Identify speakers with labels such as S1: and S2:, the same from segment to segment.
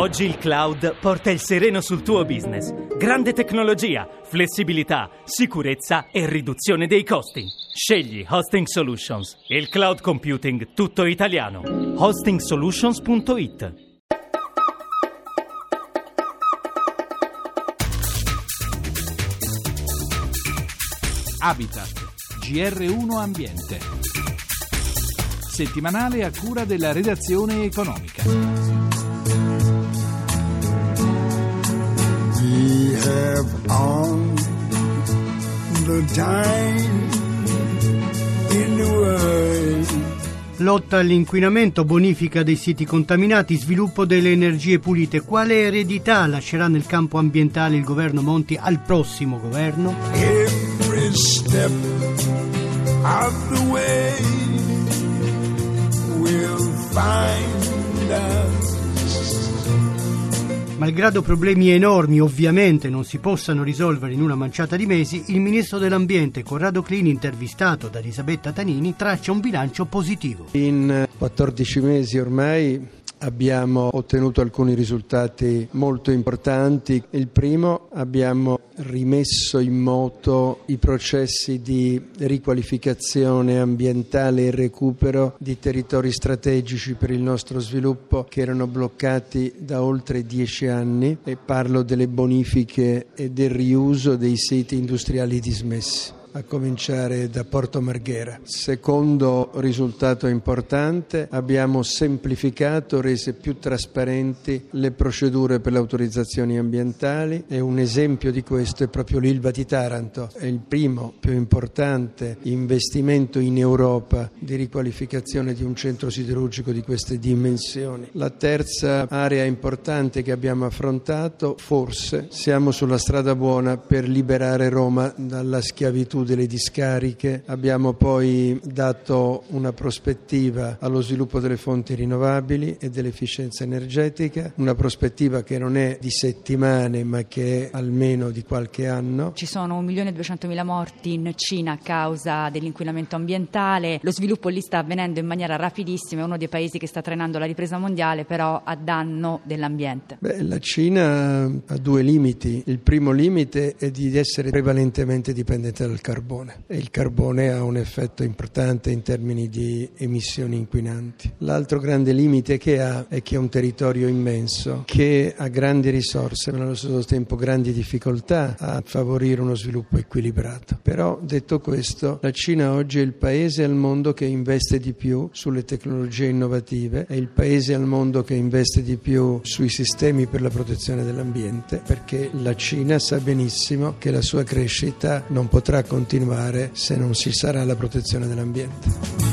S1: Oggi il cloud porta il sereno sul tuo business. Grande tecnologia, flessibilità, sicurezza e riduzione dei costi. Scegli Hosting Solutions, il cloud computing tutto italiano. Hostingsolutions.it.
S2: Habitat, GR1 Ambiente. Settimanale a cura della redazione economica.
S3: We have all the time in the world.
S4: Lotta all'inquinamento, bonifica dei siti contaminati, sviluppo delle energie pulite. Quale eredità lascerà nel campo ambientale il governo Monti al prossimo governo?
S3: Every step of the way will find us.
S4: Malgrado problemi enormi ovviamente non si possano risolvere in una manciata di mesi, il ministro dell'Ambiente Corrado Clini, intervistato da Elisabetta Tanini, traccia un bilancio positivo.
S5: In 14 mesi ormai abbiamo ottenuto alcuni risultati molto importanti. Il primo, abbiamo rimesso in moto i processi di riqualificazione ambientale e recupero di territori strategici per il nostro sviluppo che erano bloccati da oltre 10 anni, e parlo delle bonifiche e del riuso dei siti industriali dismessi, a cominciare da Porto Marghera. Secondo risultato importante, abbiamo semplificato, rese più trasparenti le procedure per le autorizzazioni ambientali, e un esempio di questo è proprio l'Ilva di Taranto. È il primo più importante investimento in Europa di riqualificazione di un centro siderurgico di queste dimensioni. La terza area importante che abbiamo affrontato, forse siamo sulla strada buona per liberare Roma dalla schiavitù delle discariche. Abbiamo poi dato una prospettiva allo sviluppo delle fonti rinnovabili e dell'efficienza energetica, una prospettiva che non è di settimane ma che è almeno di qualche anno.
S6: Ci sono 1.200.000 morti in Cina a causa dell'inquinamento ambientale, lo sviluppo lì sta avvenendo in maniera rapidissima, è uno dei paesi che sta trainando la ripresa mondiale, però a danno dell'ambiente.
S5: La Cina ha due limiti. Il primo limite è di essere prevalentemente dipendente dal carbone, e il carbone ha un effetto importante in termini di emissioni inquinanti. L'altro grande limite che ha è che è un territorio immenso che ha grandi risorse ma allo stesso tempo grandi difficoltà a favorire uno sviluppo equilibrato. Però, detto questo, la Cina oggi è il paese al mondo che investe di più sulle tecnologie innovative, è il paese al mondo che investe di più sui sistemi per la protezione dell'ambiente, perché la Cina sa benissimo che la sua crescita non potrà continuare se non si sarà la protezione dell'ambiente.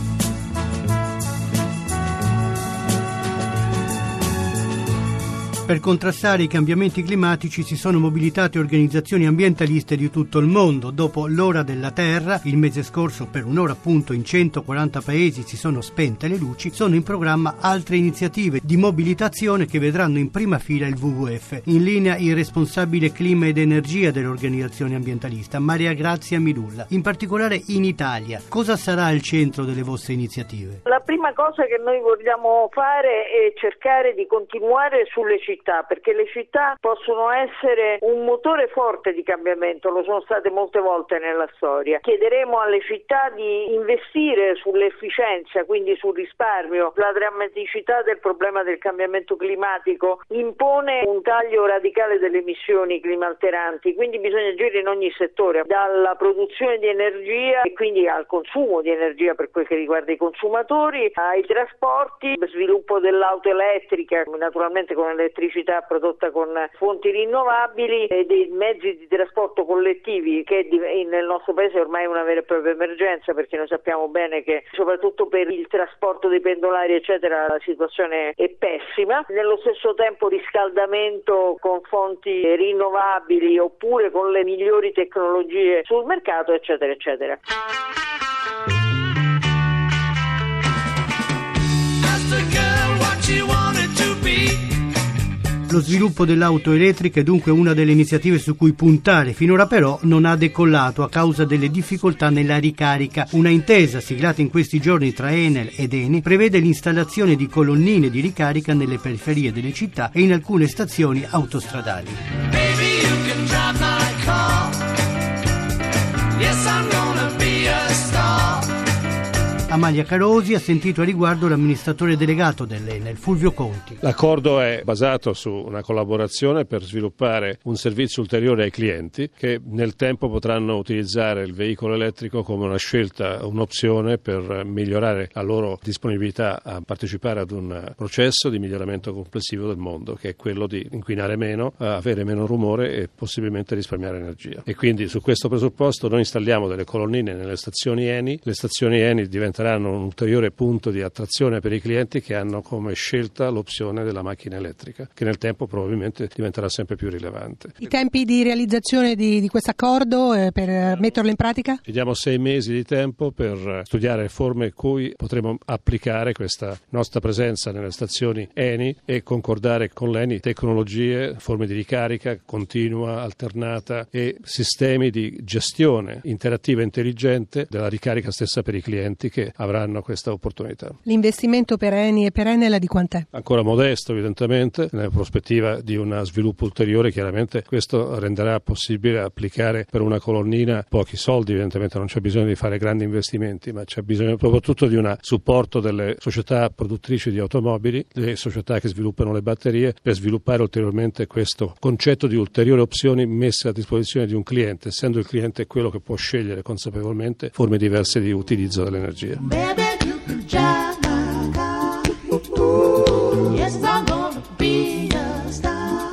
S4: Per contrastare i cambiamenti climatici si sono mobilitate organizzazioni ambientaliste di tutto il mondo. Dopo l'Ora della Terra, il mese scorso per un'ora appunto in 140 paesi si sono spente le luci, sono in programma altre iniziative di mobilitazione che vedranno in prima fila il WWF. In linea il responsabile clima ed energia dell'organizzazione ambientalista, Maria Grazia Mirulla. In particolare in Italia, cosa sarà al centro delle vostre iniziative?
S7: La prima cosa che noi vogliamo fare è cercare di continuare sulle città, perché le città possono essere un motore forte di cambiamento, lo sono state molte volte nella storia. Chiederemo alle città di investire sull'efficienza, quindi sul risparmio. La drammaticità del problema del cambiamento climatico impone un taglio radicale delle emissioni climalteranti, quindi bisogna agire in ogni settore, dalla produzione di energia e quindi al consumo di energia per quel che riguarda i consumatori, ai trasporti, sviluppo dell'auto elettrica, naturalmente con elettricità prodotta con fonti rinnovabili, e dei mezzi di trasporto collettivi, che nel nostro paese ormai è una vera e propria emergenza, perché noi sappiamo bene che soprattutto per il trasporto dei pendolari eccetera la situazione è pessima. Nello stesso tempo riscaldamento con fonti rinnovabili oppure con le migliori tecnologie sul mercato eccetera eccetera.
S4: Lo sviluppo dell'auto elettrica è dunque una delle iniziative su cui puntare. Finora però non ha decollato a causa delle difficoltà nella ricarica. Una intesa siglata in questi giorni tra Enel ed Eni prevede l'installazione di colonnine di ricarica nelle periferie delle città e in alcune stazioni autostradali.
S8: Baby, you can drive my car. Yes, I'm gonna be a star.
S4: Amalia Carosi ha sentito a riguardo l'amministratore delegato dell'Enel, Fulvio Conti.
S9: L'accordo è basato su una collaborazione per sviluppare un servizio ulteriore ai clienti che nel tempo potranno utilizzare il veicolo elettrico come una scelta, un'opzione per migliorare la loro disponibilità a partecipare ad un processo di miglioramento complessivo del mondo, che è quello di inquinare meno, avere meno rumore e possibilmente risparmiare energia. E quindi su questo presupposto noi installiamo delle colonnine nelle stazioni Eni. Le stazioni Eni diventeranno un ulteriore punto di attrazione per i clienti che hanno come scelta l'opzione della macchina elettrica, che nel tempo probabilmente diventerà sempre più rilevante.
S10: I tempi di realizzazione di questo accordo per metterlo in pratica?
S9: Ci diamo 6 mesi di tempo per studiare forme in cui potremo applicare questa nostra presenza nelle stazioni Eni e concordare con l'Eni tecnologie, forme di ricarica continua, alternata e sistemi di gestione interattiva e intelligente della ricarica stessa per i clienti che avranno questa opportunità.
S10: L'investimento per Eni e per Enel di quant'è?
S9: Ancora modesto evidentemente, nella prospettiva di uno sviluppo ulteriore. Chiaramente questo renderà possibile applicare per una colonnina pochi soldi, evidentemente non c'è bisogno di fare grandi investimenti, ma c'è bisogno soprattutto di un supporto delle società produttrici di automobili, delle società che sviluppano le batterie, per sviluppare ulteriormente questo concetto di ulteriori opzioni messe a disposizione di un cliente, essendo il cliente quello che può scegliere consapevolmente forme diverse di utilizzo dell'energia.
S8: Baby, you can drive my car. Ooh, yes, I'm gonna be a star.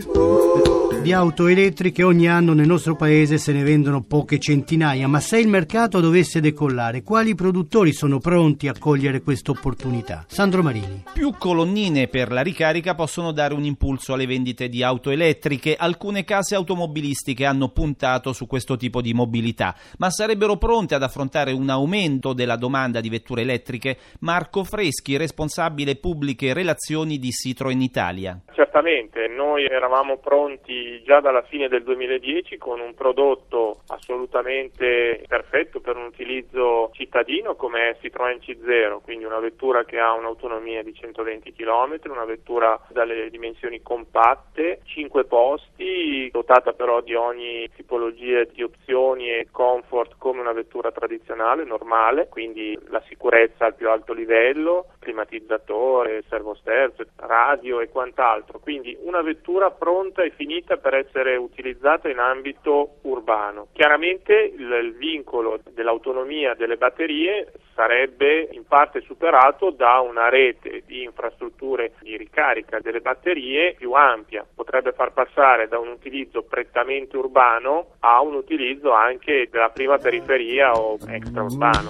S4: Di auto elettriche ogni anno nel nostro paese se ne vendono poche centinaia, ma se il mercato dovesse decollare, quali produttori sono pronti a cogliere questa opportunità? Sandro Marini.
S11: Più colonnine per la ricarica possono dare un impulso alle vendite di auto elettriche. Alcune case automobilistiche hanno puntato su questo tipo di mobilità, ma sarebbero pronte ad affrontare un aumento della domanda di vetture elettriche? Marco Freschi, responsabile pubbliche relazioni di Citroën Italia.
S12: Certamente, noi eravamo pronti già dalla fine del 2010 con un prodotto assolutamente perfetto per un utilizzo cittadino come è Citroën C0, quindi una vettura che ha un'autonomia di 120 km, una vettura dalle dimensioni compatte, 5 posti, dotata però di ogni tipologia di opzioni e comfort come una vettura tradizionale, normale, quindi la sicurezza al più alto livello, climatizzatore, servosterzo, radio e quant'altro, quindi una vettura pronta e finita per essere utilizzata in ambito urbano. Chiaramente il vincolo dell'autonomia delle batterie sarebbe in parte superato da una rete di infrastrutture di ricarica delle batterie più ampia, potrebbe far passare da un utilizzo prettamente urbano a un utilizzo anche della prima periferia o extraurbano.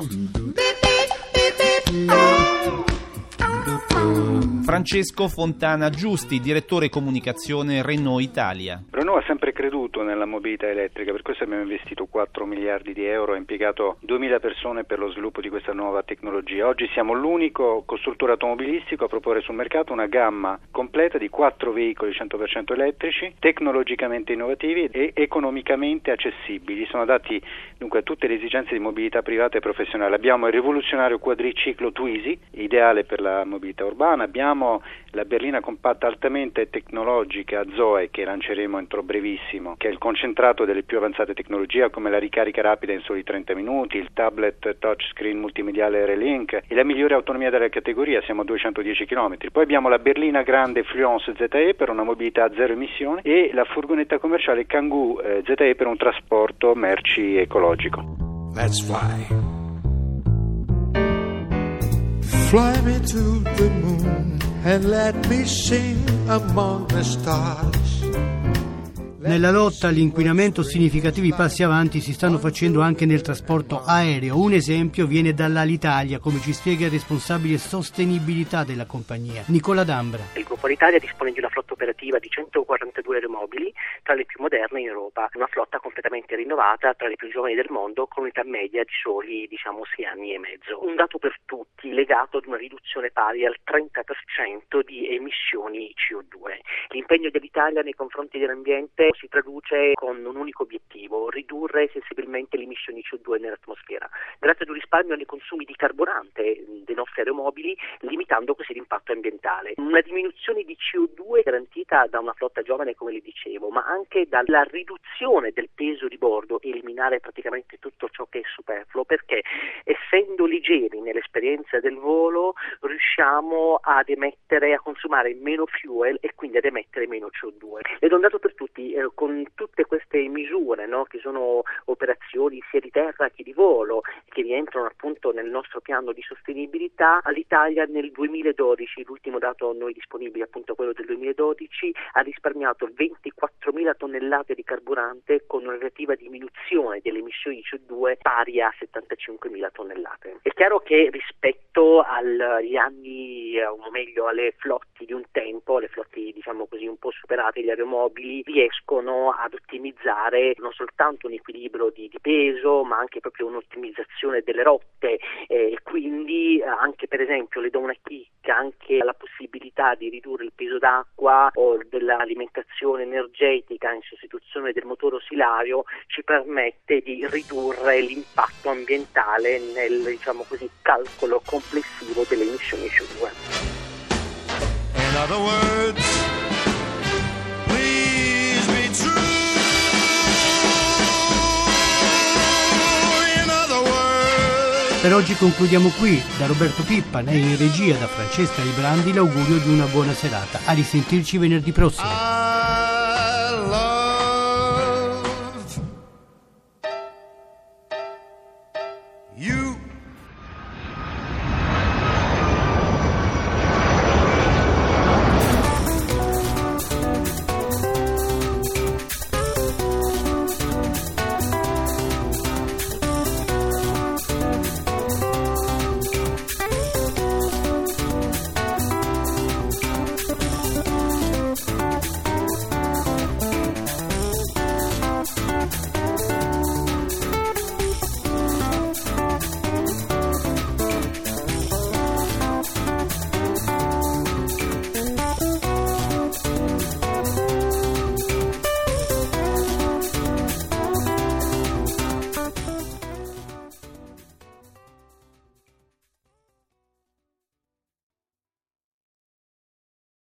S11: Francesco Fontana Giusti, direttore comunicazione Renault Italia.
S13: Renault ha sempre creduto nella mobilità elettrica, per questo abbiamo investito 4 miliardi di euro e impiegato 2000 persone per lo sviluppo di questa nuova tecnologia. Oggi siamo l'unico costruttore automobilistico a proporre sul mercato una gamma completa di 4 veicoli 100% elettrici, tecnologicamente innovativi e economicamente accessibili. Sono adatti dunque a tutte le esigenze di mobilità privata e professionale. Abbiamo il rivoluzionario quadriciclo Twizy, ideale per la mobilità urbana. Abbiamo la berlina compatta altamente tecnologica Zoe, che lanceremo entro brevissimo, che è il concentrato delle più avanzate tecnologie come la ricarica rapida in soli 30 minuti, il tablet touchscreen multimediale Relink e la migliore autonomia della categoria, siamo a 210 km. Poi abbiamo la berlina grande Fluence ZE per una mobilità a zero emissioni e la furgonetta commerciale Kangoo ZE per un trasporto merci ecologico.
S3: Let's fly. Fly me to the moon and let me sing among the stars.
S4: Nella lotta all'inquinamento significativi passi avanti si stanno facendo anche nel trasporto aereo. Un esempio viene dall'Alitalia, come ci spiega il responsabile sostenibilità della compagnia, Nicola D'Ambra.
S12: Il
S14: L'Italia dispone di una flotta operativa di 142 aeromobili, tra le più moderne in Europa, una flotta completamente rinnovata, tra le più giovani del mondo, con un'età media di soli 6 anni e mezzo. Un dato per tutti legato ad una riduzione pari al 30% di emissioni CO2. L'impegno dell'Italia nei confronti dell'ambiente si traduce con un unico obiettivo: ridurre sensibilmente le emissioni CO2 nell'atmosfera, grazie ad un risparmio nei consumi di carburante dei nostri aeromobili, limitando così l'impatto ambientale. Una diminuzione di CO2 garantita da una flotta giovane, come le dicevo, ma anche dalla riduzione del peso di bordo, eliminare praticamente tutto ciò che è superfluo, perché essendo leggeri nell'esperienza del volo riusciamo ad emettere, a consumare meno fuel e quindi ad emettere meno CO2. Ed è un dato per tutti, con tutte queste misure, no, che sono operazioni sia di terra che di volo, che rientrano appunto nel nostro piano di sostenibilità, all'Italia nel 2012, l'ultimo dato a noi disponibile, appunto quello del 2012, ha risparmiato 24.000 tonnellate di carburante, con una relativa diminuzione delle emissioni di CO2 pari a 75.000 tonnellate. È chiaro che rispetto agli anni, o meglio alle flotte di un tempo, le flotte diciamo così un po' superate, gli aeromobili riescono ad ottimizzare non soltanto un equilibrio di peso, ma anche proprio un'ottimizzazione delle rotte, e quindi anche, per esempio, le do una chicca, anche la possibilità di ridurre il peso d'acqua o dell'alimentazione energetica in sostituzione del motore oscillario ci permette di ridurre l'impatto ambientale nel, diciamo così, calcolo complessivo delle emissioni CO2.
S15: In other words, please be true. In other words.
S4: Per oggi concludiamo qui. Da Roberto Pippan e in regia da Francesca Librandi l'augurio di una buona serata. A risentirci venerdì prossimo.